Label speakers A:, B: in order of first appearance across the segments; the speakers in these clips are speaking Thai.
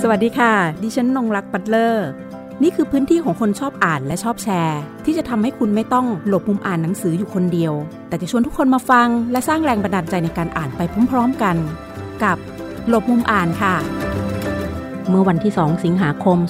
A: สวัสดีค่ะดิฉันนงรักปัตเลอร์นี่คือพื้นที่ของคนชอบอ่านและชอบแชร์ที่จะทำให้คุณไม่ต้องหลบมุมอ่านหนังสืออยู่คนเดียวแต่จะชวนทุกคนมาฟังและสร้างแรงบันดาลใจในการอ่านไปพร้อมๆกันกับหลบมุมอ่านค่ะเมื่อวันที่2สิงหาคม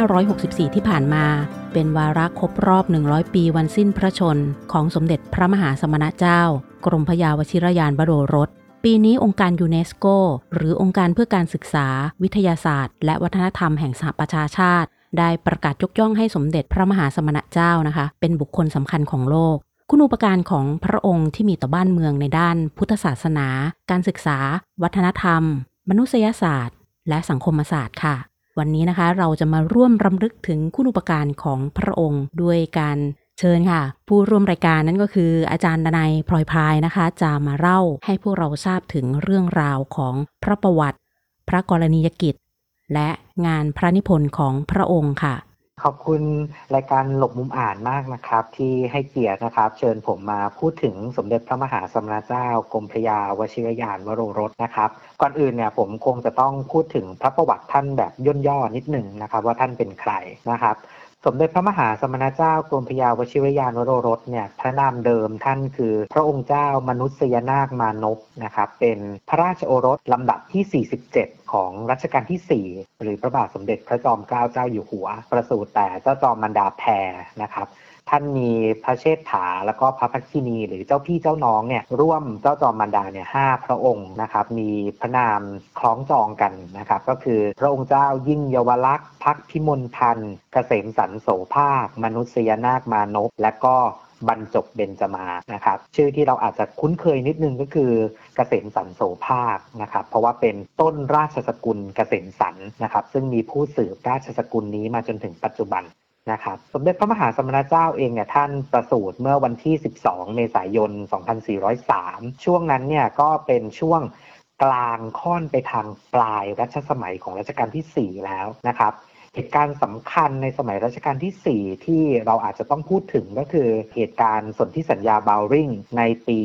A: 2564ที่ผ่านมาเป็นวาระครบรอบ100ปีวันสิ้นพระชนของสมเด็จพระมหาสมณเจ้ากรมพระยาวชิรยานบรมรสปีนี้องค์การยูเนสโกหรือองค์การเพื่อการศึกษาวิทยาศาสตร์และวัฒนธรรมแห่งสหประชาชาติได้ประกาศยกย่องให้สมเด็จพระมหาสมณเจ้านะคะเป็นบุคคลสำคัญของโลกคุณูปการของพระองค์ที่มีต่อบ้านเมืองในด้านพุทธศาสนาการศึกษาวัฒนธรรมมนุษยศาสตร์และสังคมศาสตร์ค่ะวันนี้นะคะเราจะมาร่วมรำลึกถึงคุณูปการของพระองค์ด้วยการเชิญค่ะผู้ร่วมรายการนั้นก็คืออาจารย์ดนัยพลอยพายนะคะจะมาเล่าให้พวกเราทราบถึงเรื่องราวของพระประวัติพระกรณียกิจและงานพระนิพนธ์ของพระองค์ค่ะ
B: ขอบคุณรายการหลบมุมอ่านมากนะครับที่ให้เกียรตินะครับเชิญผมมาพูดถึงสมเด็จพระมหาสมณเจ้ากรมพระยาวชิรยานวโรรสนะครับก่อนอื่นเนี่ยผมคงจะต้องพูดถึงพระประวัติท่านแบบย่อๆนิดหนึ่งนะครับว่าท่านเป็นใครนะครับสมเด็จพระมหาสมณเจ้ากรมพระยาวชิรยานวโรรสเนี่ยพระนามเดิมท่านคือพระองค์เจ้ามนุษยนาคมานพนะครับเป็นพระราชโอรสลำดับที่47ของรัชกาลที่4หรือพระบาทสมเด็จพระจอมเกล้าเจ้าอยู่หัวประสูติแต่เจ้าจอมมารดาแพรนะครับท่านมีพระเชษฐาแล้วก็พระพักคินีหรือเจ้าพี่เจ้าน้องเนี่ยร่วมเจ้าจอมมารดาเนี่ย5พระองค์นะครับมีพระนามคล้องจองกันนะครับก็คือพระองค์เจ้ายิ่งเยาวลักษณ์พักพิมลพันธ์เกษมสันต์โสภาคมนุษยนาคมานพและก็บรรจบเบญจมาศนะครับชื่อที่เราอาจจะคุ้นเคยนิดนึงก็คือเกษมสันต์โสภาคนะครับเพราะว่าเป็นต้นราชสกุลเกษมสันต์นะครับซึ่งมีผู้สืบราชสกุลนี้มาจนถึงปัจจุบันนะครับสมเด็จพระมหาสมณเจ้าเองเนี่ยท่านประสูติเมื่อวันที่12เมษายน2403ช่วงนั้นเนี่ยก็เป็นช่วงกลางค่อนไปทางปลายรัชสมัยของรัชกาลที่4แล้วนะครับเหตุการณ์สำคัญในสมัยรัชกาลที่4ที่เราอาจจะต้องพูดถึงก็คือเหตุการณ์สนธิสัญญาบาวริงในปี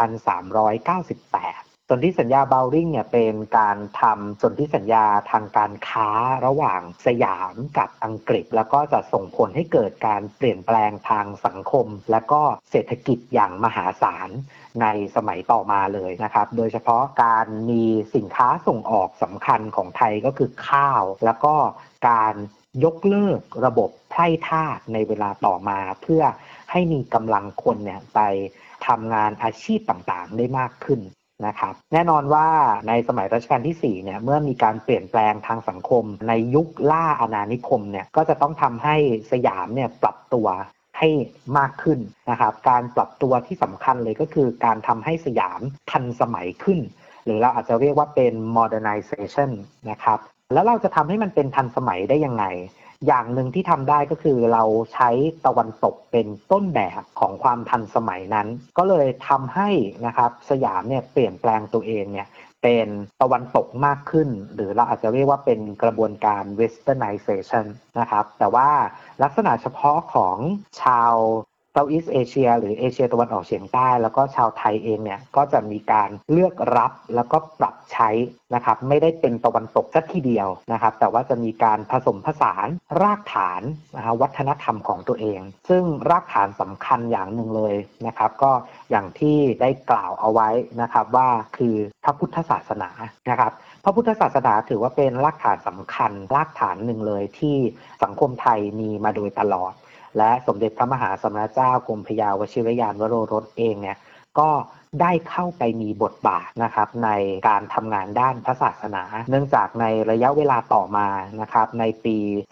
B: 2398สนธิสัญญาบาวริงเนี่ยเป็นการทำสนธิสัญญาทางการค้าระหว่างสยามกับอังกฤษแล้วก็จะส่งผลให้เกิดการเปลี่ยนแปลงทางสังคมและก็เศรษฐกิจอย่างมหาศาลในสมัยต่อมาเลยนะครับโดยเฉพาะการมีสินค้าส่งออกสำคัญของไทยก็คือข้าวแล้วก็การยกเลิกระบบไพร่ทาสในเวลาต่อมาเพื่อให้มีกำลังคนเนี่ยไปทำงานอาชีพต่างๆได้มากขึ้นนะครับแน่นอนว่าในสมัยรัชกาลที่4เนี่ยเมื่อมีการเปลี่ยนแปลงทางสังคมในยุคล่าอาณานิคมเนี่ยก็จะต้องทำให้สยามเนี่ยปรับตัวให้มากขึ้นนะครับการปรับตัวที่สำคัญเลยก็คือการทำให้สยามทันสมัยขึ้นหรือเราอาจจะเรียกว่าเป็น modernization นะครับแล้วเราจะทำให้มันเป็นทันสมัยได้ยังไงอย่างหนึ่งที่ทำได้ก็คือเราใช้ตะวันตกเป็นต้นแบบของความทันสมัยนั้นก็เลยทำให้นะครับสยามเนี่ยเปลี่ยนแปลงตัวเองเนี่ยเป็นตะวันตกมากขึ้นหรือเราอาจจะเรียกว่าเป็นกระบวนการ westernization นะครับแต่ว่าลักษณะเฉพาะของชาวSoutheast Asia หรือเอเชียตะวันออกเฉียงใต้แล้วก็ชาวไทยเองเนี่ยก็จะมีการเลือกรับแล้วก็ปรับใช้นะครับไม่ได้เป็นตะวันตกซะทีเดียวนะครับแต่ว่าจะมีการผสมผสานรากฐานวัฒนธรรมของตัวเองซึ่งรากฐานสำคัญอย่างหนึ่งเลยนะครับก็อย่างที่ได้กล่าวเอาไว้นะครับว่าคือพระพุทธศาสนานะครับพระพุทธศาสนาถือว่าเป็นรากฐานสำคัญรากฐานหนึ่งเลยที่สังคมไทยมีมาโดยตลอดและสมเด็จพระมหาสมณเจ้ากรมพระยาวชิรยานวโรรสเองเนี่ยก็ได้เข้าไปมีบทบาทนะครับในการทำงานด้านพระศาสนาเนื่องจากในระยะเวลาต่อมานะครับในปี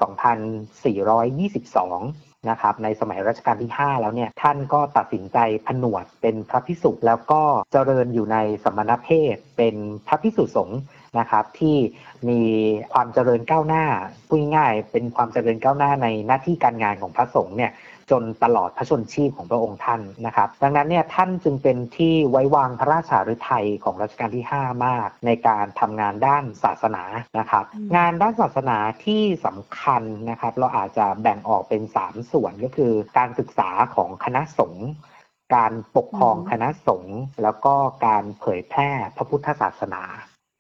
B: 2422 นะครับในสมัยรัชกาลที่5แล้วเนี่ยท่านก็ตัดสินใจผนวดเป็นพระภิกษุแล้วก็เจริญอยู่ในสมณเพศเป็นพระภิกษุสงฆ์นะครับที่มีความเจริญก้าวหน้าพูดง่ายๆเป็นความเจริญก้าวหน้าในหน้าที่การงานของพระสงฆ์เนี่ยจนตลอดพระชนชีพของพระองค์ท่านนะครับดังนั้นเนี่ยท่านจึงเป็นที่ไว้วางพระราชฤทัยของรัชกาลที่5มากในการทำงานด้านศาสนานะครับงานด้านศาสนาที่สำคัญนะครับเราอาจจะแบ่งออกเป็น3ส่วนก็คือการศึกษาของคณะสงฆ์การปกครองคณะสงฆ์แล้วก็การเผยแพร่พระพุทธศาสนา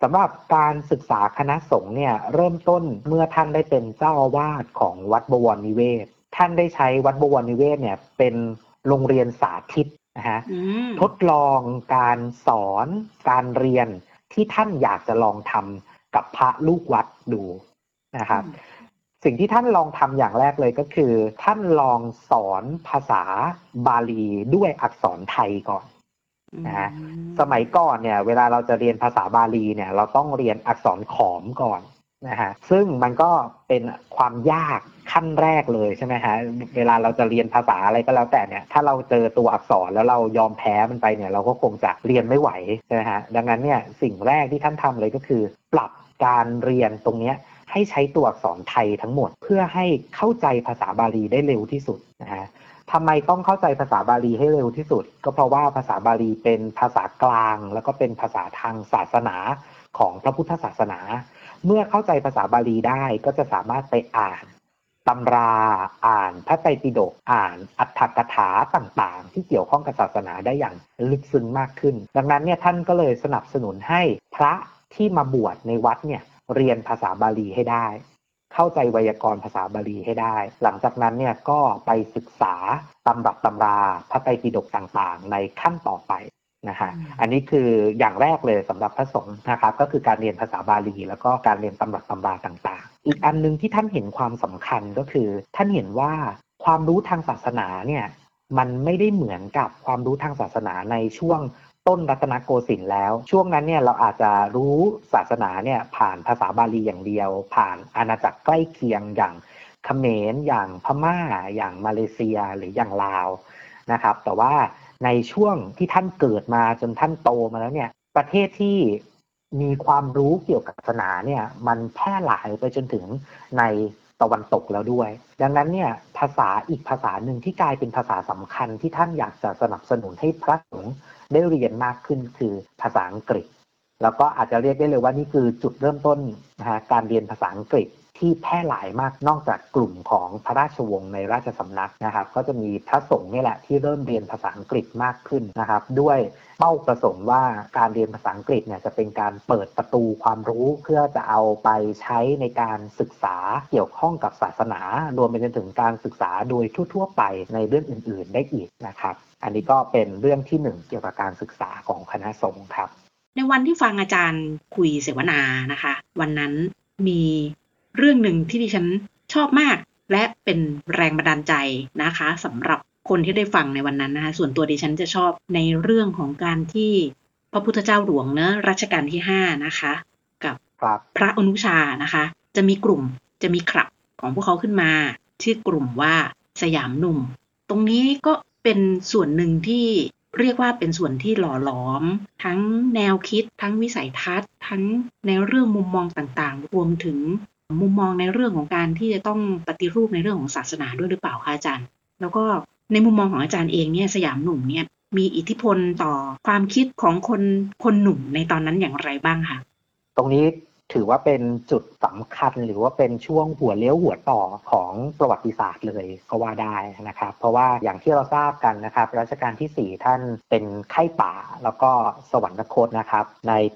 B: สำหรับการศึกษาคณะสงฆ์เนี่ยเริ่มต้นเมื่อท่านได้เป็นเจ้าอาวาสของวัดบวรนิเวศท่านได้ใช้วัดบวรนิเวศเนี่ยเป็นโรงเรียนสาธิตนะฮะทดลองการสอนการเรียนที่ท่านอยากจะลองทำกับพระลูกวัดดูนะครับสิ่งที่ท่านลองทำอย่างแรกเลยก็คือท่านลองสอนภาษาบาลีด้วยอักษรไทยก่อนนะฮะสมัยก่อนเนี่ยเวลาเราจะเรียนภาษาบาลีเนี่ยเราต้องเรียนอักษรขอมก่อนนะฮะซึ่งมันก็เป็นความยากขั้นแรกเลยใช่ไหมฮะเวลาเราจะเรียนภาษาอะไรก็แล้วแต่เนี่ยถ้าเราเจอตัวอักษรแล้วเรายอมแพ้มันไปเนี่ยเราก็คงจะเรียนไม่ไหวใช่ไหมฮะดังนั้นเนี่ยสิ่งแรกที่ท่านทำเลยก็คือปรับการเรียนตรงนี้ให้ใช้ตัวอักษรไทยทั้งหมดเพื่อให้เข้าใจภาษาบาลีได้เร็วที่สุดนะฮะทำไมต้องเข้าใจภาษาบาลีให้เร็วที่สุดก็เพราะว่าภาษาบาลีเป็นภาษากลางแล้วก็เป็นภาษาทางศาสนาของพระพุทธศาสนาเมื่อเข้าใจภาษาบาลีได้ก็จะสามารถไปอ่านตำราอ่านพระไตรปิฎกอ่านอรรถกถาต่างๆที่เกี่ยวข้องกับศาสนาได้อย่างลึกซึ้งมากขึ้นดังนั้นเนี่ยท่านก็เลยสนับสนุนให้พระที่มาบวชในวัดเนี่ยเรียนภาษาบาลีให้ได้เข้าใจไวยากรณ์ภาษาบาลีให้ได้หลังจากนั้นเนี่ยก็ไปศึกษาตำรับตำราพระไตรปิฎกต่างๆในขั้นต่อไปนะฮะอันนี้คืออย่างแรกเลยสำหรับพระสงฆ์นะครับก็คือการเรียนภาษาบาลีแล้วก็การเรียนตำรับตำราต่างๆอีกอันนึงที่ท่านเห็นความสำคัญก็คือท่านเห็นว่าความรู้ทางศาสนาเนี่ยมันไม่ได้เหมือนกับความรู้ทางศาสนาในช่วงต้นรัตนโกสินทร์แล้วช่วงนั้นเนี่ยเราอาจจะรู้ศาสนาเนี่ยผ่านภาษาบาลีอย่างเดียวผ่านอาณาจักรใกล้เคียงอย่างเขมรอย่างพม่าอย่างมาเลเซียหรืออย่างลาวนะครับแต่ว่าในช่วงที่ท่านเกิดมาจนท่านโตมาแล้วเนี่ยประเทศที่มีความรู้เกี่ยวกับศาสนาเนี่ยมันแพร่หลายไปจนถึงในตะวันตกแล้วด้วยดังนั้นเนี่ยภาษาอีกภาษาหนึ่งที่กลายเป็นภาษาสำคัญที่ท่านอยากจะสนับสนุนให้พระสงฆ์ได้เรียนมากขึ้นคือภาษาอังกฤษแล้วก็อาจจะเรียกได้เลยว่านี่คือจุดเริ่มต้นนะฮะการเรียนภาษาอังกฤษที่แพร่หลายมากนอกจากกลุ่มของพระราชวงศ์ในราชสำนักนะครับก็จะมีพระสงฆ์นี่แหละที่เริ่มเรียนภาษาอังกฤษมากขึ้นนะครับด้วยเป้าประสงค์ว่าการเรียนภาษาอังกฤษเนี่ยจะเป็นการเปิดประตูความรู้เพื่อจะเอาไปใช้ในการศึกษาเกี่ยวข้องกับศาสนารวมไปจนถึงการศึกษาโดยทั่วๆไปในเรื่องอื่นๆได้อีกนะครับอันนี้ก็เป็นเรื่องที่1เกี่ยวกับการศึกษาของคณะสงฆ์ครับ
C: ในวันที่ฟังอาจารย์คุยเสวนานะคะวันนั้นมีเรื่องหนึ่งที่ดิฉันชอบมากและเป็นแรงบันดาลใจนะคะสำหรับคนที่ได้ฟังในวันนั้นนะคะส่วนตัวดิฉันจะชอบในเรื่องของการที่พระพุทธเจ้าหลวงเนอะรัชกาลที่5นะคะกับพระอนุชานะคะจะมีกลุ่มจะมีคลับของพวกเขาขึ้นมาชื่อกลุ่มว่าสยามหนุ่มตรงนี้ก็เป็นส่วนหนึ่งที่เรียกว่าเป็นส่วนที่หล่อหลอมทั้งแนวคิดทั้งวิสัยทัศน์ทั้งในเรื่องมุมมองต่างๆรวมถึงมุมมองในเรื่องของการที่จะต้องปฏิรูปในเรื่องของศาสนาด้วยหรือเปล่าคะอาจารย์แล้วก็ในมุมมองของอาจารย์เองเนี่ยสยามหนุ่มเนี่ยมีอิทธิพลต่อความคิดของคนหนุ่มในตอนนั้นอย่างไรบ้างคะ
B: ตรงนี้ถือว่าเป็นจุดสำคัญหรือว่าเป็นช่วงหัวเลี้ยวหัวต่อของประวัติศาสตร์เลยก็ว่าได้นะครับเพราะว่าอย่างที่เราทราบกันนะครับรัชกาลที่4ท่านเป็นไข้ป่าแล้วก็สวรรคตนะครับในปี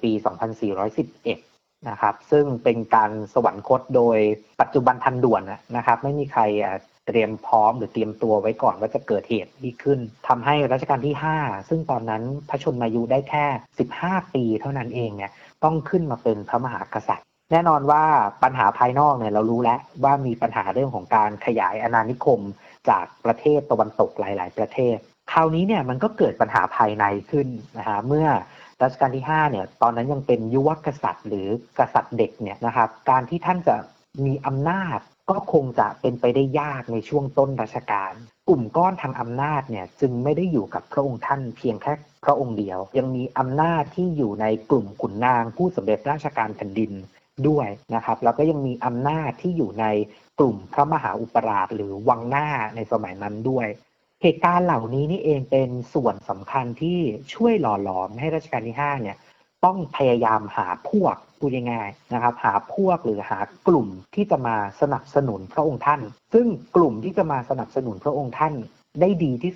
B: 2411นะครับซึ่งเป็นการสวรรคตโดยปัจจุบันทันด่วนนะครับไม่มีใครเตรียมพร้อมหรือเตรียมตัวไว้ก่อนว่าจะเกิดเหตุนี้ขึ้นทำให้รัชกาลที่5ซึ่งตอนนั้นพระชนมายุได้แค่15ปีเท่านั้นเองเนี่ยต้องขึ้นมาเป็นพระมหากษัตริย์แน่นอนว่าปัญหาภายนอกเนี่ยเรารู้แล้วว่ามีปัญหาเรื่องของการขยายอาณานิคมจากประเทศตะวันตกหลายๆประเทศคราวนี้เนี่ยมันก็เกิดปัญหาภายในขึ้นนะฮะเมื่อรัชกาลที่5เนี่ยตอนนั้นยังเป็นยุวกษัตริย์หรือกษัตริย์เด็กเนี่ยนะครับการที่ท่านจะมีอำนาจก็คงจะเป็นไปได้ยากในช่วงต้นรัชกาลกลุ่มก้อนทางอำนาจเนี่ยจึงไม่ได้อยู่กับพระองค์ท่านเพียงแค่พระองค์เดียวยังมีอำนาจที่อยู่ในกลุ่มขุนนางผู้สำเร็จราชการแผ่นดินด้วยนะครับแล้วก็ยังมีอำนาจที่อยู่ในกลุ่มพระมหาอุปราชหรือวังหน้าในสมัยนั้นด้วยเหตุการณ์เหล่านี้นี่เองเป็นส่วนสำคัญที่ช่วยหล่อหลอมให้รัชกาลที่5เนี่ยต้องพยายามหาพวกพูดง่ายๆนะครับหาพวกหรือหากลุ่มที่จะมาสนับสนุนพระองค์ท่านซึ่งกลุ่มที่จะมาสนับสนุนพระองค์ท่านได้ดีที่สุด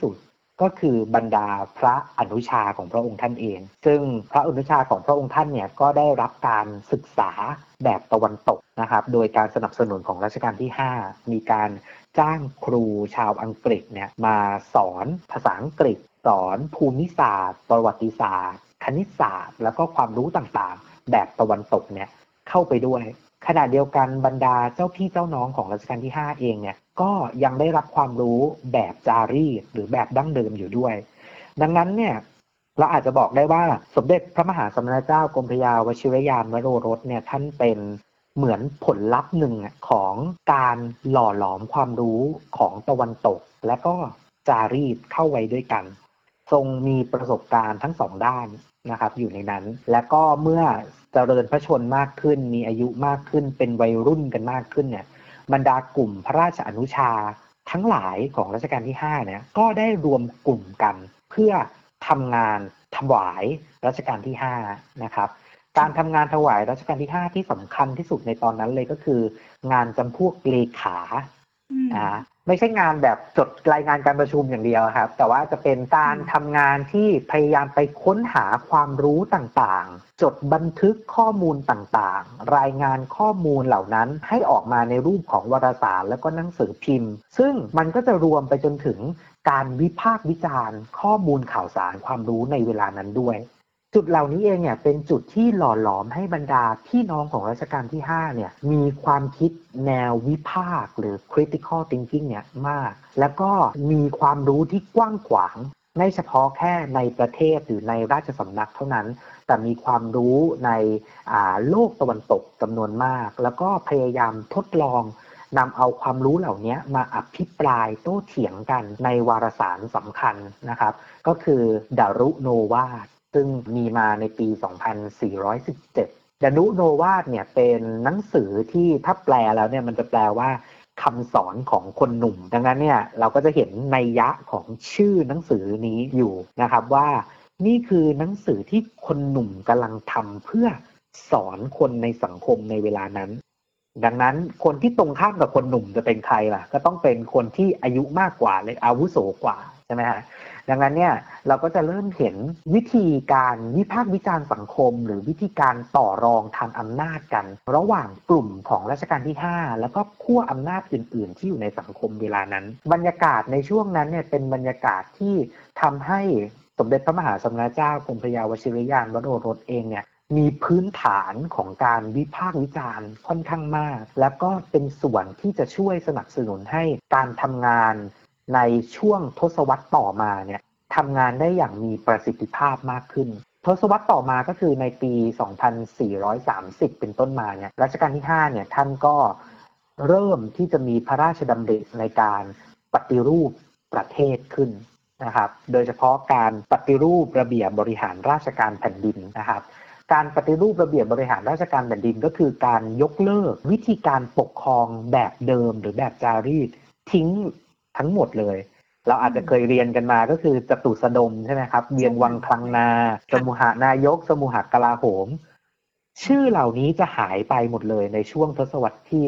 B: ก็คือบรรดาพระอนุชาของพระองค์ท่านเอง ซึ่งพระอนุชาของพระองค์ท่านเนี่ยก็ได้รับการศึกษาแบบตะวันตกนะครับโดยการสนับสนุนของรัชกาลที่ 5มีการจ้างครูชาวอังกฤษเนี่ยมาสอนภาษาอังกฤษสอนภูมิศาสตร์ประวัติศาสตร์คณิตศาสตร์แล้วก็ความรู้ต่างๆแบบตะวันตกเนี่ยเข้าไปด้วยขณะเดียวกันบรรดาเจ้าพี่เจ้าน้องของรัชกาลที่ 5เองเนี่ยก็ยังได้รับความรู้แบบจารีตหรือแบบดั้งเดิมอยู่ด้วยดังนั้นเนี่ยเราอาจจะบอกได้ว่าสมเด็จพระมหาสมณเจ้ากรมพระยาวชิรยานวโรรสเนี่ยท่านเป็นเหมือนผลลัพธ์หนึ่งของการหล่อหลอมความรู้ของตะวันตกและก็จารีตเข้าไว้ด้วยกันทรงมีประสบการณ์ทั้งสองด้านนะครับอยู่ในนั้นและก็เมื่อเจริญพระชนมากขึ้นมีอายุมากขึ้นเป็นวัยรุ่นกันมากขึ้นเนี่ยบรรดากลุ่มพระราชอนุชาทั้งหลายของรัชกาลที่5เนี่ยก็ได้รวมกลุ่มกันเพื่อทำงานถวายรัชกาลที่5นะครับการทำงานถวายรัชกาลที่5ที่สำคัญที่สุดในตอนนั้นเลยก็คืองานจำพวกเลขาไม่ใช่งานแบบจดรายงานการประชุมอย่างเดียวครับแต่ว่าจะเป็นการทำงานที่พยายามไปค้นหาความรู้ต่างๆจดบันทึกข้อมูลต่างๆรายงานข้อมูลเหล่านั้นให้ออกมาในรูปของวารสารแล้วก็หนังสือพิมพ์ซึ่งมันก็จะรวมไปจนถึงการวิพากษ์วิจารณ์ข้อมูลข่าวสารความรู้ในเวลานั้นด้วยจุดเหล่านี้เองเนี่ยเป็นจุดที่หล่อหลอมให้บรรดาพี่น้องของรัชกาลที่5เนี่ยมีความคิดแนววิพากษ์หรือ critical thinking เนี่ยมากแล้วก็มีความรู้ที่กว้างขวางไม่เฉพาะแค่ในประเทศหรือในราชสำนักเท่านั้นแต่มีความรู้ในโลกตะวันตกจำนวนมากแล้วก็พยายามทดลองนำเอาความรู้เหล่านี้มาอภิปรายโต้เถียงกันในวารสารสำคัญนะครับก็คือดารุโนวาทซึ่งมีมาในปี 2417 ดารุโนวาทเนี่ยเป็นหนังสือที่ถ้าแปลแล้วเนี่ยมันจะแปลว่าคำสอนของคนหนุ่มดังนั้นเนี่ยเราก็จะเห็นนัยยะของชื่อหนังสือนี้อยู่นะครับว่านี่คือหนังสือที่คนหนุ่มกำลังทำเพื่อสอนคนในสังคมในเวลานั้นดังนั้นคนที่ตรงข้ามกับคนหนุ่มจะเป็นใครล่ะก็ต้องเป็นคนที่อายุมากกว่าเลยอาวุโสกว่าใช่ไหมฮะดังนั้นเนี่ยเราก็จะเริ่มเห็นวิธีการวิพากษ์วิจารณ์สังคมหรือวิธีการต่อรองทางอำนาจกันระหว่างกลุ่มของรัชกาลที่5แล้วก็ขั้วอำนาจอื่นๆที่อยู่ในสังคมเวลานั้นบรรยากาศในช่วงนั้นเนี่ยเป็นบรรยากาศที่ทำให้สมเด็จพระมหาสมณเจ้ากรมพระยาวชิรยานวโรรสเองเนี่ยมีพื้นฐานของการวิพากษ์วิจารณ์ค่อนข้างมากแล้วก็เป็นส่วนที่จะช่วยสนับสนุนให้การทำงานในช่วงทศวรรษต่อมาเนี่ยทำงานได้อย่างมีประสิทธิภาพมากขึ้นทศวรรษต่อมาก็คือในปี 2430 เป็นต้นมาเนี่ยรัชกาลที่5เนี่ยท่านก็เริ่มที่จะมีพระราชดำริในการปฏิรูปประเทศขึ้นนะครับโดยเฉพาะการปฏิรูประเบียบบริหารราชการแผ่นดินนะครับการปฏิรูประเบียบบริหารราชการแผ่นดินก็คือการยกเลิกวิธีการปกครองแบบเดิมหรือแบบจารีตทิ้งทั้งหมดเลยเราอาจจะเคยเรียนกันมาก็คือจตุสดมใช่ไหมครับเวียงวังคลังนาสมุหานายกสมุหกลาโหมชื่อเหล่านี้จะหายไปหมดเลยในช่วงทศวรรษที่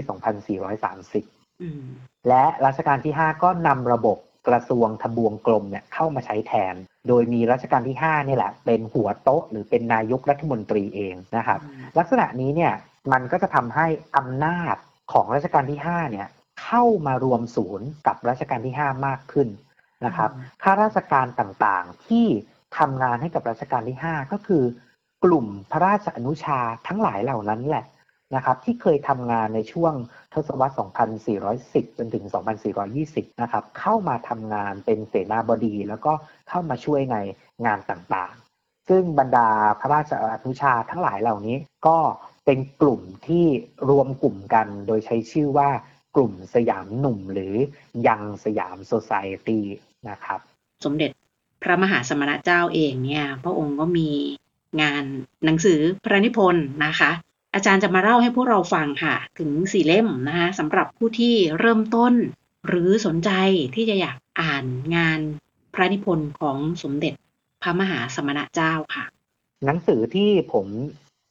B: 2430 และรัชกาลที่5ก็นำระบบกระทรวงทบวงกรมเนี่ยเข้ามาใช้แทนโดยมีรัชกาลที่5นี่แหละเป็นหัวโต๊ะหรือเป็นนายกรัฐมนตรีเองนะครับลักษณะนี้เนี่ยมันก็จะทำให้อำนาจของรัชกาลที่5เนี่ยเข้ามารวมศูนย์กับรัชกาลที่5มากขึ้นนะครับข้าราชการต่างๆที่ทำงานให้กับรัชกาลที่5ก็คือกลุ่มพระราชอนุชาทั้งหลายเหล่านั้นแหละนะครับที่เคยทำงานในช่วงทศวรรษ 2410 จนถึง 2420 นะครับเข้ามาทำงานเป็นเสนาบดีแล้วก็เข้ามาช่วยในงานต่างๆซึ่งบรรดาพระราชอนุชาทั้งหลายเหล่านี้ก็เป็นกลุ่มที่รวมกลุ่มกันโดยใช้ชื่อว่ากลุ่มสยามหนุ่มหรือยังสยามโซไซตี้นะครับ
C: สมเด็จพระมหาสมณเจ้าเองเนี่ยพระองค์ก็มีงานหนังสือพระนิพนธ์นะคะอาจารย์จะมาเล่าให้พวกเราฟังค่ะถึง4 เล่มนะคะสำหรับผู้ที่เริ่มต้นหรือสนใจที่จะอยากอ่านงานพระนิพนธ์ของสมเด็จพระมหาสมณเจ้าค่ะ
B: หนังสือที่ผม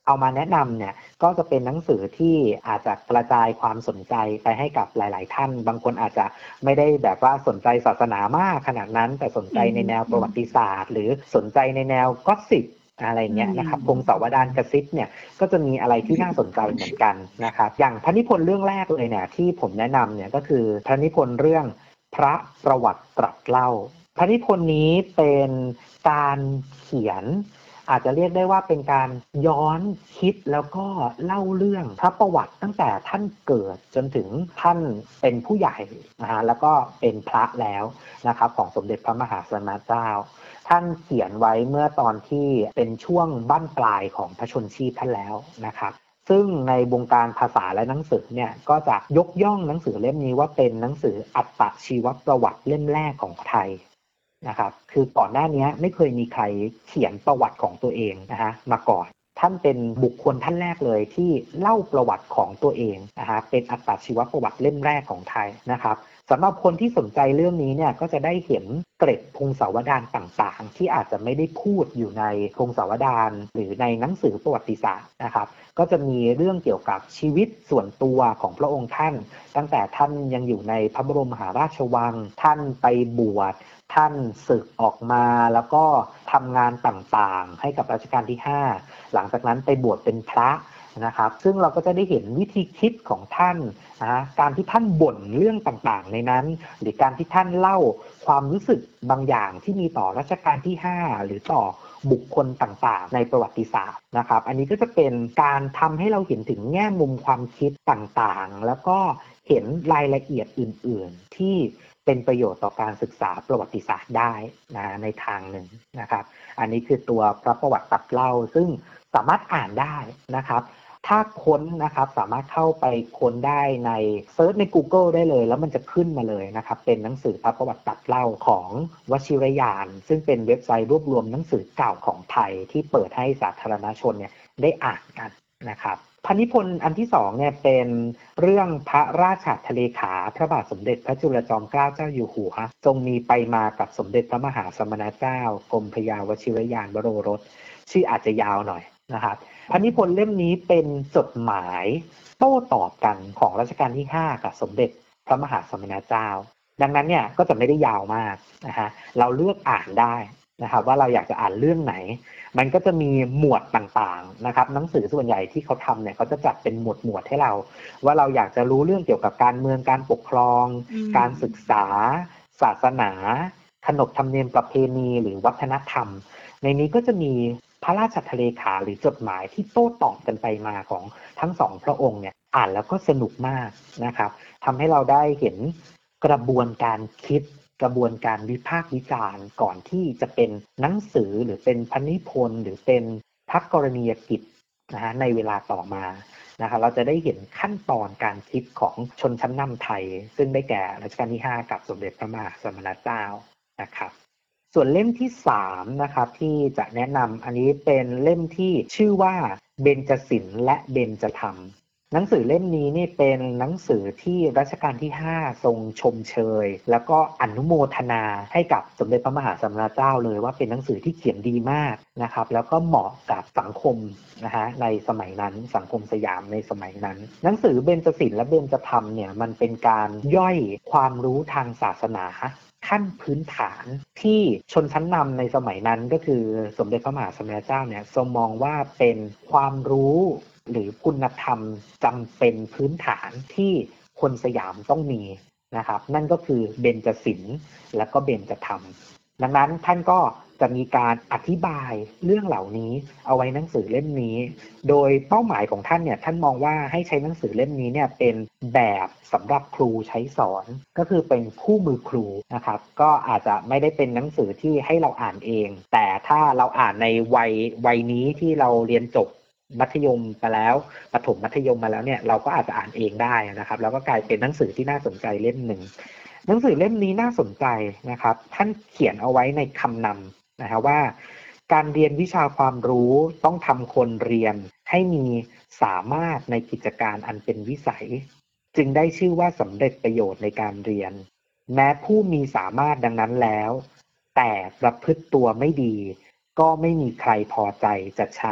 B: เอามาแนะนำเนี่ยก็จะเป็นหนังสือที่อาจจะกระจายความสนใจไปให้กับหลายๆท่านบางคนอาจจะไม่ได้แบบว่าสนใจศาสนามากขนาดนั้นแต่สนใจในแนวประวัติศาสตร์หรือสนใจในแนวก็อสซิปอะไรเงี้ยนะครับพงศาวดารกระซิบเนี่ยก็จะมีอะไรที่น่าสนใจเหมือนกันนะครับอย่างพระนิพนธ์เรื่องแรกเลยเนี่ยที่ผมแนะนำเนี่ยก็คือพระนิพนธ์เรื่องพระประวัติตรัสเล่าพระนิพนธ์นี้เป็นการเขียนอาจจะเรียกได้ว่าเป็นการย้อนคิดแล้วก็เล่าเรื่องพระประวัติตั้งแต่ท่านเกิดจนถึงท่านเป็นผู้ใหญ่นะฮะแล้วก็เป็นพระแล้วนะครับของสมเด็จพระมหาสมณเจ้าท่านเขียนไว้เมื่อตอนที่เป็นช่วงบั้นปลายของพระชนชีพท่านแล้วนะครับซึ่งในวงการภาษาและหนังสือเนี่ยก็จะยกย่องหนังสือเล่มนี้ว่าเป็นหนังสืออัตชีวประวัติเล่มแรกของไทยนะครับคือก่อนหน้านี้ไม่เคยมีใครเขียนประวัติของตัวเองนะฮะมาก่อนท่านเป็นบุคคลท่านแรกเลยที่เล่าประวัติของตัวเองนะฮะเป็นอัตชีวประวัติเล่มแรกของไทยนะครับสำหรับคนที่สนใจเรื่องนี้เนี่ยก็จะได้เห็นเกร็ดพงศาวดารต่างๆที่อาจจะไม่ได้พูดอยู่ในพงศาวดารหรือในหนังสือประวัติศาสตร์นะครับก็จะมีเรื่องเกี่ยวกับชีวิตส่วนตัวของพระองค์ท่านตั้งแต่ท่านยังอยู่ในพระบรมมหาราชวังท่านไปบวชท่านศึกออกมาแล้วก็ทำงานต่างๆให้กับรัชกาลที่5หลังจากนั้นไปบวชเป็นพระนะครับซึ่งเราก็จะได้เห็นวิธีคิดของท่านนะการที่ท่านบ่นเรื่องต่างๆในนั้นหรือการที่ท่านเล่าความรู้สึกบางอย่างที่มีต่อรัชกาลที่5หรือต่อบุคคลต่างๆในประวัติศาสตร์นะครับอันนี้ก็จะเป็นการทำให้เราเห็นถึงแง่มุมความคิดต่างๆแล้วก็เห็นรายละเอียดอื่นๆที่เป็นประโยชน์ต่อการศึกษาประวัติศาสตร์ได้นะในทางหนึ่งนะครับอันนี้คือตัวพระประวัติตรัสเล่าซึ่งสามารถอ่านได้นะครับถ้าค้นนะครับสามารถเข้าไปค้นได้ในเซิร์ชใน Google ได้เลยแล้วมันจะขึ้นมาเลยนะครับเป็นหนังสือพระประวัติตรัสเล่าของวชิรยานซึ่งเป็นเว็บไซต์รวบรวมหนังสือเก่าของไทยที่เปิดให้สาธารณชนเนี่ยได้อ่านกันนะครับพระนิพนธ์อันที่สองเนี่ยเป็นเรื่องพระราชทะเลขาพระบาทสมเด็จพระจุลจอมเกล้าเจ้าอยู่หัวทรงมีไปมากับสมเด็จพระมหาสมณเจ้ากรมพระยาวชิรยานวโรรสชื่ออาจจะยาวหน่อยนะครับพระนิพนธ์เล่มนี้เป็นจดหมายโต้ตอบกันของรัชกาลที่5กับสมเด็จพระมหาสมณเจ้าดังนั้นเนี่ยก็จะไม่ได้ยาวมากนะฮะเราเลือกอ่านได้นะครับว่าเราอยากจะอ่านเรื่องไหนมันก็จะมีหมวดต่างๆนะครับหนังสือส่วนใหญ่ที่เขาทำเนี่ยเขาจะจัดเป็นหมวดให้เราว่าเราอยากจะรู้เรื่องเกี่ยวกับการเมืองการปกครองการศึกษาศาสนาขนบธรรมเนียมประเพณีหรือวัฒนธรรมในนี้ก็จะมีพระราชทะเลขาหรือจดหมายที่โต้ตอบกันไปมาของทั้งสองพระองค์เนี่ยอ่านแล้วก็สนุกมากนะครับทำให้เราได้เห็นกระบวนการคิดกระบวนการวิพากษ์วิจารณ์ก่อนที่จะเป็นหนังสือหรือเป็นพระนิพนธ์หรือเป็นพระกรณียกิจนะฮะในเวลาต่อมานะครับเราจะได้เห็นขั้นตอนการคิดของชนชั้นนำไทยซึ่งได้แก่รัชกาลที่5กับสมเด็จพระมหาสมณเจ้านะครับส่วนเล่มที่3นะครับที่จะแนะนำอันนี้เป็นเล่มที่ชื่อว่าเบญจศิลป์และเบญจธรรมหนังสือเล่มนี้นี่เป็นหนังสือที่รัชกาลที่5ทรงชมเชยแล้วก็อนุโมทนาให้กับสมเด็จพระมหาสมณเจ้าเลยว่าเป็นหนังสือที่เขียนดีมากนะครับแล้วก็เหมาะกับสังคมนะฮะในสมัยนั้นสังคมสยามในสมัยนั้นหนังสือเบญจศิลป์และเบญจธรรมเนี่ยมันเป็นการย่อยความรู้ทางศาสนาขั้นพื้นฐานที่ชนชั้นนำในสมัยนั้นก็คือสมเด็จพระมหาสมณเจ้าเนี่ยทรงมองว่าเป็นความรู้หรือคุณธรรมจำเป็นพื้นฐานที่คนสยามต้องมีนะครับนั่นก็คือเบญจศิลป์และก็เบญจธรรมดังนั้นท่านก็จะมีการอธิบายเรื่องเหล่านี้เอาไว้หนังสือเล่มนี้โดยเป้าหมายของท่านเนี่ยท่านมองว่าให้ใช้หนังสือเล่มนี้เนี่ยเป็นแบบสำหรับครูใช้สอนก็คือเป็นคู่มือครูนะครับก็อาจจะไม่ได้เป็นหนังสือที่ให้เราอ่านเองแต่ถ้าเราอ่านในวัยนี้ที่เราเรียนจบมัธยมไปแล้วประถมมัธยมมาแล้วเนี่ยเราก็อาจจะอ่านเองได้นะครับแล้วก็กลายเป็นหนังสือที่น่าสนใจเล่มหนึ่งหนังสือเล่มนี้น่าสนใจนะครับท่านเขียนเอาไว้ในคำนำนะครับว่าการเรียนวิชาความรู้ต้องทำคนเรียนให้มีสามารถในกิจการอันเป็นวิสัยจึงได้ชื่อว่าสำเร็จประโยชน์ในการเรียนแม้ผู้มีสามารถดังนั้นแล้วแต่ประพฤติตัวไม่ดีก็ไม่มีใครพอใจจะใช้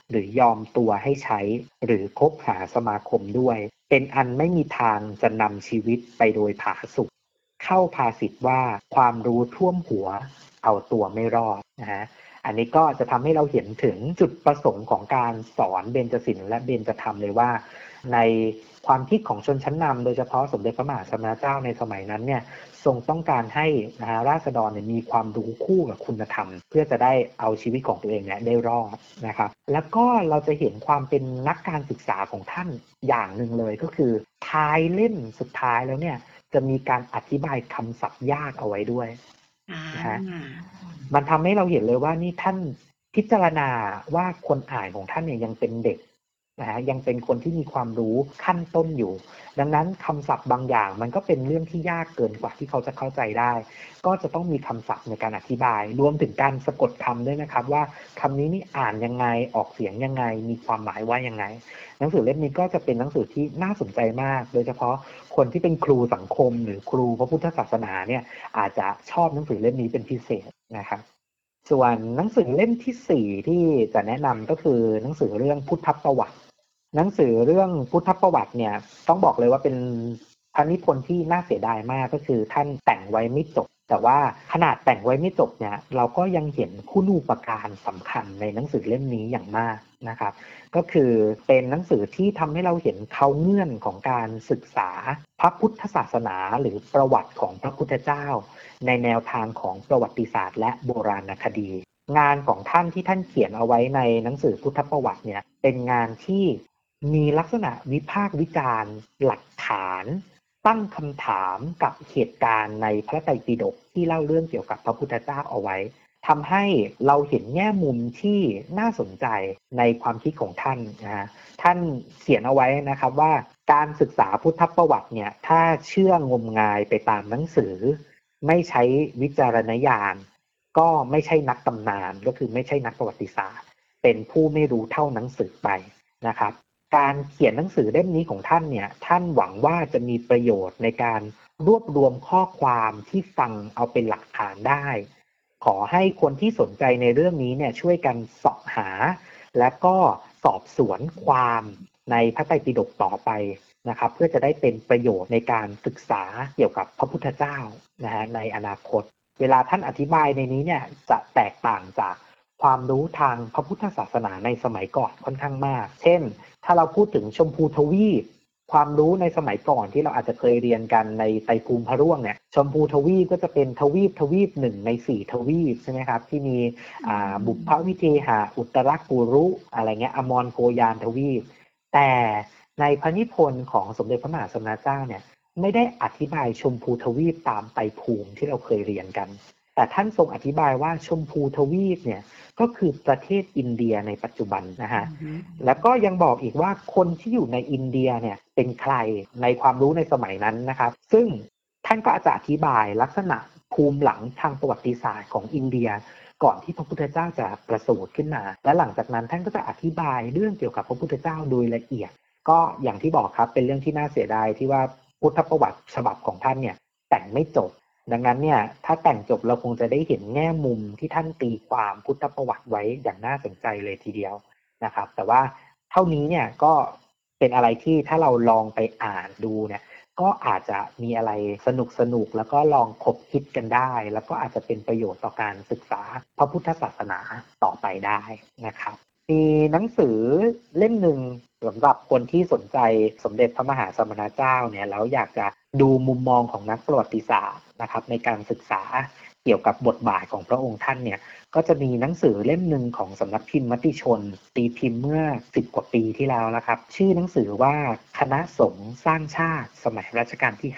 B: หรือยอมตัวให้ใช้หรือคบหาสมาคมด้วยเป็นอันไม่มีทางจะนำชีวิตไปโดยผาสุกเข้าภาษิตว่าความรู้ท่วมหัวเอาตัวไม่รอดนะฮะอันนี้ก็จะทำให้เราเห็นถึงจุดประสงค์ของการสอนเบญจศีลและเบญจธรรมเลยว่าในความคิดของชนชั้นนำโดยเฉพาะสมเด็จพระมหาสมณเจ้าในสมัยนั้นเนี่ยทรงต้องการให้ราษฎรมีความรู้คู่กับคุณธรรมเพื่อจะได้เอาชีวิตของตัวเองเนี่ยได้รอดนะครับแล้วก็เราจะเห็นความเป็นนักการศึกษาของท่านอย่างหนึ่งเลยก็คือท้ายเล่มสุดท้ายแล้วเนี่ยจะมีการอธิบายคำศัพท์ยากเอาไว้ด้วยนะฮะมันทำให้เราเห็นเลยว่านี่ท่านพิจารณาว่าคนอ่านของท่านเนี่ยยังเป็นเด็กนะฮะยังเป็นคนที่มีความรู้ขั้นต้นอยู่ดังนั้นคำศัพท์บางอย่างมันก็เป็นเรื่องที่ยากเกินกว่าที่เขาจะเข้าใจได้ก็จะต้องมีคำศัพท์ในการอธิบายรวมถึงการสะกดคำด้วยนะครับว่าคำนี้นี่อ่านยังไงออกเสียงยังไงมีความหมายว่ายังไงหนังสือเล่มนี้ก็จะเป็นหนังสือที่น่าสนใจมากโดยเฉพาะคนที่เป็นครูสังคมหรือครูพระพุทธศาสนาเนี่ยอาจจะชอบหนังสือเล่มนี้เป็นพิเศษนะครับส่วนหนังสือเล่มที่4ที่จะแนะนำก็คือหนังสือเรื่องพุทธประวัติหนังสือเรื่องพุทธประวัติเนี่ยต้องบอกเลยว่าเป็นพระนิพนธ์ที่น่าเสียดายมากก็คือท่านแต่งไว้ไม่จบแต่ว่าขนาดแต่งไว้ไม่จบเนี่ยเราก็ยังเห็นคุณูปการสำคัญในหนังสือเล่มนี้อย่างมากนะครับก็คือเป็นหนังสือที่ทำให้เราเห็นเขาเงื่อนของการศึกษาพระพุทธศาสนาหรือประวัติของพระพุทธเจ้าในแนวทางของประวัติศาสตร์และโบราณคดีงานของท่านที่ท่านเขียนเอาไว้ในหนังสือพุทธประวัติเนี่ยเป็นงานที่มีลักษณะวิพากษ์วิจารณ์หลักฐานตั้งคำถามกับเหตุการณ์ในพระไตรปิฎกที่เล่าเรื่องเกี่ยวกับพระพุทธเจ้าเอาไว้ทำให้เราเห็นแง่มุมที่น่าสนใจในความคิดของท่านนะท่านเขียนเอาไว้นะครับว่าการศึกษาพุทธประวัติเนี่ยถ้าเชื่องมงายไปตามหนังสือไม่ใช้วิจารณญาณก็ไม่ใช่นักตำนานก็คือไม่ใช่นักประวัติศาสตร์เป็นผู้ไม่รู้เท่าหนังสือไปนะครับการเขียนหนังสือเล่มนี้ของท่านเนี่ยท่านหวังว่าจะมีประโยชน์ในการรวบรวมข้อความที่ฟังเอาเป็นหลักฐานได้ขอให้คนที่สนใจในเรื่องนี้เนี่ยช่วยกันเสาะหาและก็สอบสวนความในพระไตรปิฎกต่อไปนะครับเพื่อจะได้เป็นประโยชน์ในการศึกษาเกี่ยวกับพระพุทธเจ้านะฮะในอนาคตเวลาท่านอธิบายในนี้เนี่ยจะแตกต่างจากความรู้ทางพระพุทธศาสนาในสมัยก่อนค่อนข้างมากเช่นถ้าเราพูดถึงชมพูทวีปความรู้ในสมัยก่อนที่เราอาจจะเคยเรียนกันในไตรภูมิพระร่วงเนี่ยชมพูทวีปก็จะเป็นทวีป1ใน4ทวีปใช่ไหมครับที่มีบุพวิเทหะอุตรกุรุอะไรเงี้ยอมรโกยานทวีปแต่ในพระนิพนธ์ของสมเด็จพระมหาสมณเจ้าเนี่ยไม่ได้อธิบายชมพูทวีปตามไตรภูมิที่เราเคยเรียนกันแต่ท่านทรงอธิบายว่าชมพูทวีปเนี่ยก็คือประเทศอินเดียในปัจจุบันนะฮะแล้วก็ยังบอกอีกว่าคนที่อยู่ในอินเดียเนี่ยเป็นใครในความรู้ในสมัยนั้นนะครับซึ่งท่านก็อาจจะอธิบายลักษณะภูมิหลังทางประวัติศาสตร์ของอินเดียก่อนที่พระพุทธเจ้าจะประสูติขึ้นมาและหลังจากนั้นท่านก็จะอธิบายเรื่องเกี่ยวกับพระพุทธเจ้าโดยละเอียดก็อย่างที่บอกครับเป็นเรื่องที่น่าเสียดายที่ว่าพุทธประวัติฉบับของท่านเนี่ยแต่งไม่จบดังนั้นเนี่ยถ้าแต่งจบเราคงจะได้เห็นแง่มุมที่ท่านตีความพุทธประวัติไว้อย่างน่าสนใจเลยทีเดียวนะครับแต่ว่าเท่านี้เนี่ยก็เป็นอะไรที่ถ้าเราลองไปอ่านดูเนี่ยก็อาจจะมีอะไรสนุกแล้วก็ลองคบคิดกันได้แล้วก็อาจจะเป็นประโยชน์ต่อการศึกษาพระพุทธศาสนาต่อไปได้นะครับมีหนังสือเล่มหนึ่งสำหรับคนที่สนใจสมเด็จพระมหาสมณเจ้าเนี่ยแล้วอยากจะดูมุมมองของนักประวัติศาสตร์นะครับในการศึกษาเกี่ยวกับบทบาทของพระองค์ท่านเนี่ยก็จะมีหนังสือเล่มหนึ่งของสำนักพิมพ์มติชนตีพิมพ์เมื่อ10 กว่าปีที่แล้วนะครับชื่อหนังสือว่าคณะสงฆ์สร้างชาติสมัยรัชกาลที่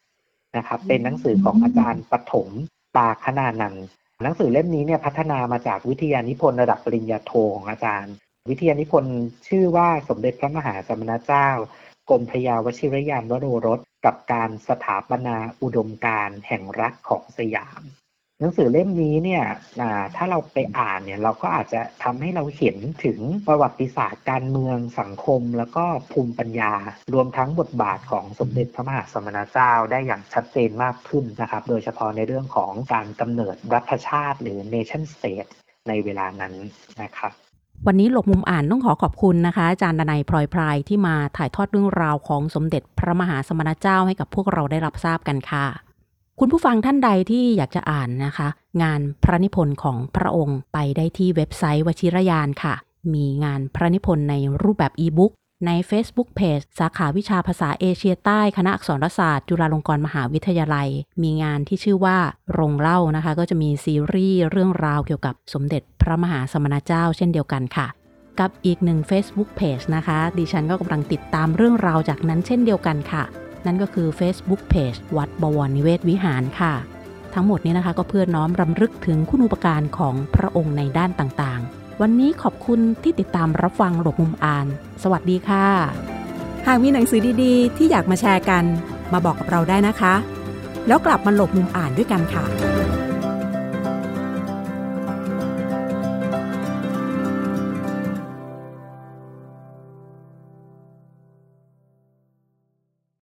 B: 5นะครับเป็นหนังสือของอาจารย์ปฐมตาคณานันท์หนังสือเล่มนี้เนี่ยพัฒนามาจากวิทยานิพนธ์ระดับปริญญาโทของอาจารย์วิทยานิพนธ์ชื่อว่าสมเด็จพระมหาสมณเจ้ากรมพระยาวชิรยานวโรรสกับการสถาปนาอุดมการณ์แห่งรัฐของสยามหนังสือเล่มนี้เนี่ยถ้าเราไปอ่านเนี่ยเราก็อาจจะทำให้เราเห็นถึงประวัติศาสตร์การเมืองสังคมแล้วก็ภูมิปัญญารวมทั้งบทบาทของสมเด็จพระมหาสมณเจ้าได้อย่างชัดเจนมากขึ้นนะครับโดยเฉพาะในเรื่องของการกำเนิดรัฐชาติหรือ nation state ในเวลานั้นนะครับ
A: วันนี้หลบมุมอ่านต้องขอบคุณนะคะอาจารย์ดนัยพลอยพรายที่มาถ่ายทอดเรื่องราวของสมเด็จพระมหาสมณเจ้าให้กับพวกเราได้รับทราบกันค่ะคุณผู้ฟังท่านใดที่อยากจะอ่านนะคะงานพระนิพนธ์ของพระองค์ไปได้ที่เว็บไซต์วชิรยานค่ะมีงานพระนิพนธ์ในรูปแบบอีบุ๊กใน Facebook Page สาขาวิชาภาษาเอเชียใต้คณะอักษรศาสตร์จุฬาลงกรณ์มหาวิทยาลัยมีงานที่ชื่อว่าโรงเล่านะคะก็จะมีซีรีส์เรื่องราวเกี่ยวกับสมเด็จพระมหาสมณเจ้าเช่นเดียวกันค่ะกับอีกหนึ่ง Facebook Page นะคะดิฉันก็กำลังติดตามเรื่องราวจากนั้นเช่นเดียวกันค่ะนั่นก็คือ Facebook Page วัดบวรนิเวศวิหารค่ะทั้งหมดนี้นะคะก็เพื่อน้อมรำลึกถึงคุณูปการของพระองค์ในด้านต่างๆวันนี้ขอบคุณที่ติดตามรับฟังหลบมุมอ่านสวัสดีค่ะหากมีหนังสือดีๆที่อยากมาแชร์กันมาบอกกับเราได้นะคะแล้วกลับมาหลบมุมอ่านด้วยกันค่ะ